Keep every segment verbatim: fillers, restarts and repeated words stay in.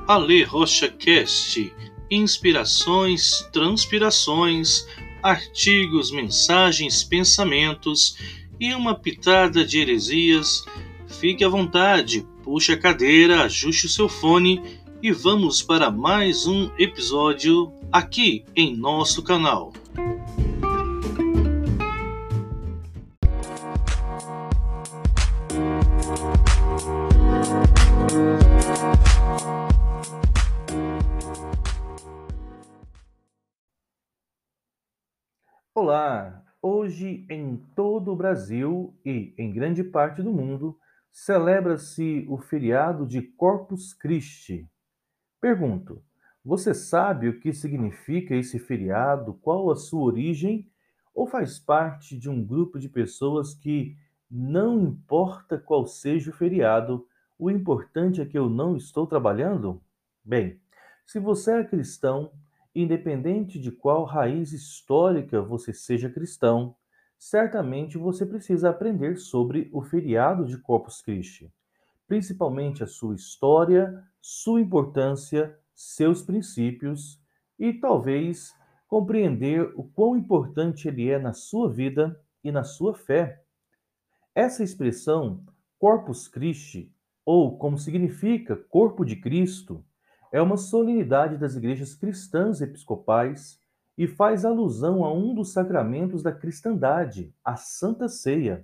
Ale Rocha Cast, inspirações, transpirações, artigos, mensagens, pensamentos e uma pitada de heresias. Fique à vontade, puxe a cadeira, ajuste o seu fone e vamos para mais um episódio aqui em nosso canal. Olá! Hoje, em todo o Brasil e em grande parte do mundo, celebra-se o feriado de Corpus Christi. Pergunto: você sabe o que significa esse feriado? Qual a sua origem? Ou faz parte de um grupo de pessoas que não importa qual seja o feriado, o importante é que eu não estou trabalhando? Bem, se você é cristão, independente de qual raiz histórica você seja cristão, certamente você precisa aprender sobre o feriado de Corpus Christi, principalmente a sua história, sua importância, seus princípios e talvez compreender o quão importante ele é na sua vida e na sua fé. Essa expressão Corpus Christi, ou como significa Corpo de Cristo, é uma solenidade das igrejas cristãs episcopais e faz alusão a um dos sacramentos da cristandade, a Santa Ceia.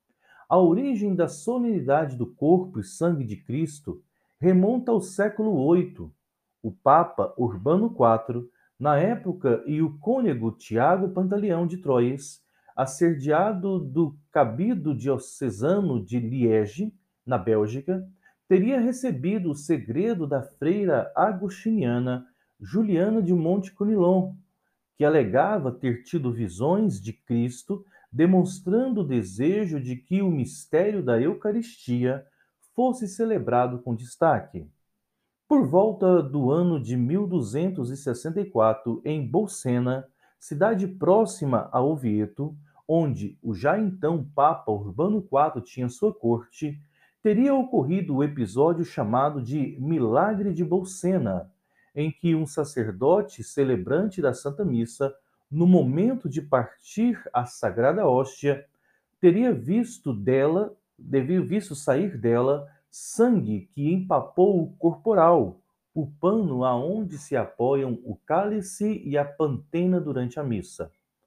A origem da solenidade do corpo e sangue de Cristo remonta ao século oito. O Papa Urbano quatro, na época, e o cônego Tiago Pantaleão de Troyes, assediado do cabido diocesano de Liege, na Bélgica, teria recebido o segredo da freira agostiniana Juliana de Montecunilon, que alegava ter tido visões de Cristo, demonstrando o desejo de que o mistério da Eucaristia fosse celebrado com destaque. Por volta do ano de mil duzentos e sessenta e quatro, em Bolsena, cidade próxima a Oviedo, onde o já então Papa Urbano quatro tinha sua corte, teria ocorrido o episódio chamado de Milagre de Bolsena, em que um sacerdote celebrante da Santa Missa, no momento de partir a Sagrada Hóstia, teria visto dela, devia visto sair dela sangue que empapou o corporal, o pano aonde se apoiam o cálice e a pantena durante a missa.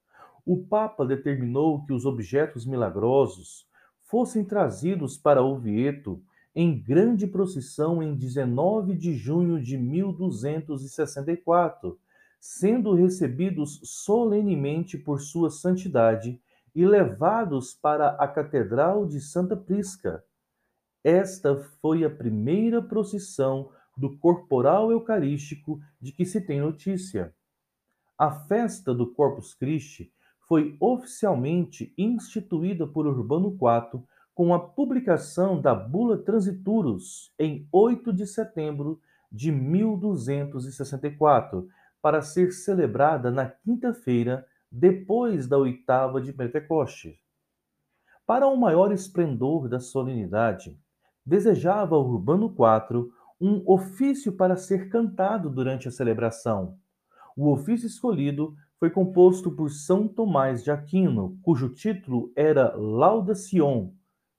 O Papa determinou que os objetos milagrosos fossem trazidos para Oviedo em grande procissão em dezenove de junho de mil duzentos e sessenta e quatro, sendo recebidos solenemente por sua santidade e levados para a Catedral de Santa Prisca. Esta foi a primeira procissão do corporal eucarístico de que se tem notícia. A festa do Corpus Christi foi oficialmente instituída por Urbano quatro com a publicação da Bula Transiturus em oito de setembro de mil duzentos e sessenta e quatro, para ser celebrada na quinta-feira depois da oitava de Pentecostes. Para um maior esplendor da solenidade, desejava Urbano quatro um ofício para ser cantado durante a celebração. O ofício escolhido foi composto por São Tomás de Aquino, cujo título era Lauda Sion,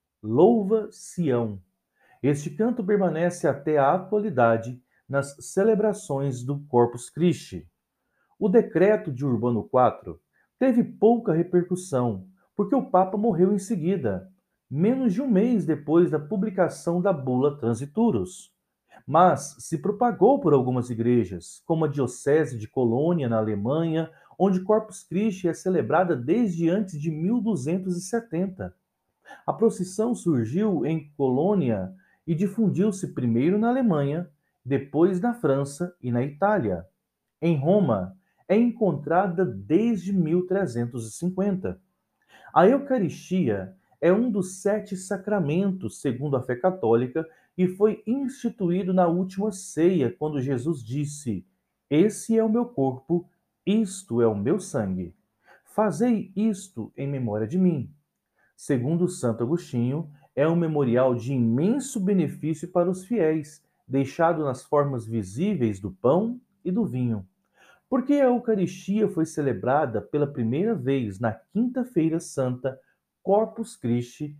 Louva Sião. Este canto permanece até a atualidade nas celebrações do Corpus Christi. O decreto de Urbano quatro teve pouca repercussão, porque o Papa morreu em seguida, menos de um mês depois da publicação da Bula Transiturus. Mas se propagou por algumas igrejas, como a Diocese de Colônia, na Alemanha, onde Corpus Christi é celebrada desde antes de mil duzentos e setenta. A procissão surgiu em Colônia e difundiu-se primeiro na Alemanha, depois na França e na Itália. Em Roma, é encontrada desde mil trezentos e cinquenta. A Eucaristia é um dos sete sacramentos, segundo a fé católica, e foi instituído na última ceia, quando Jesus disse: Esse é o meu corpo, isto é o meu sangue. Fazei isto em memória de mim. Segundo Santo Agostinho, é um memorial de imenso benefício para os fiéis, deixado nas formas visíveis do pão e do vinho. Porque a Eucaristia foi celebrada pela primeira vez na Quinta-feira Santa, Corpus Christi,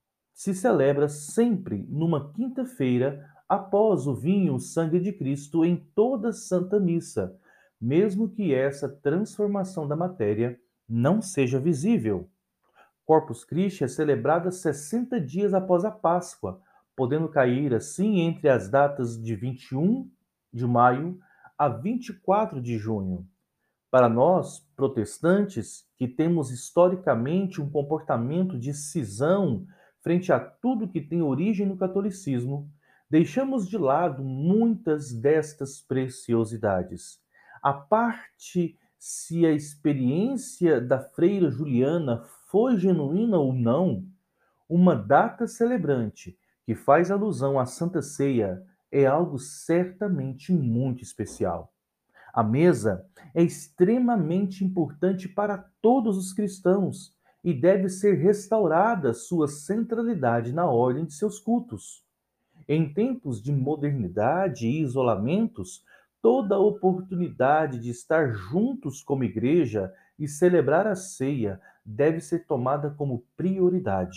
se celebra sempre numa quinta-feira após o vinho, o sangue de Cristo em toda Santa Missa, mesmo que essa transformação da matéria não seja visível. Corpus Christi é celebrada sessenta dias após a Páscoa, podendo cair assim entre as datas de vinte e um de maio a vinte e quatro de junho. Para nós, protestantes, que temos historicamente um comportamento de cisão frente a tudo que tem origem no catolicismo, deixamos de lado muitas destas preciosidades. A parte se a experiência da freira Juliana foi genuína ou não, uma data celebrante que faz alusão à Santa Ceia é algo certamente muito especial. A mesa é extremamente importante para todos os cristãos e deve ser restaurada sua centralidade na ordem de seus cultos. Em tempos de modernidade e isolamentos, toda oportunidade de estar juntos como igreja e celebrar a ceia deve ser tomada como prioridade.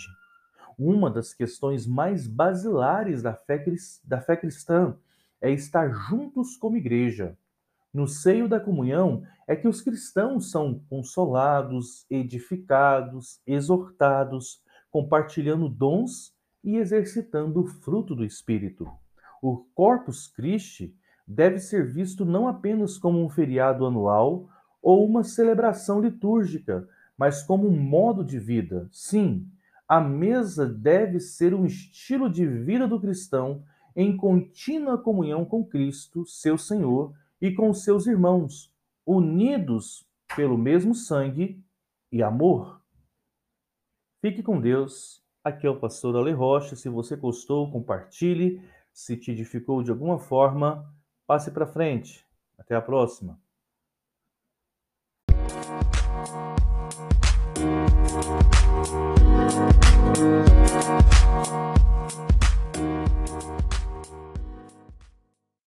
Uma das questões mais basilares da fé, da fé cristã é estar juntos como igreja. No seio da comunhão é que os cristãos são consolados, edificados, exortados, compartilhando dons e exercitando o fruto do Espírito. O Corpus Christi deve ser visto não apenas como um feriado anual ou uma celebração litúrgica, mas como um modo de vida. Sim, a mesa deve ser um estilo de vida do cristão em contínua comunhão com Cristo, seu Senhor, e com seus irmãos, unidos pelo mesmo sangue e amor. Fique com Deus. Aqui é o pastor Ale Rocha. Se você gostou, compartilhe. Se te edificou de alguma forma, passe para frente. Até a próxima.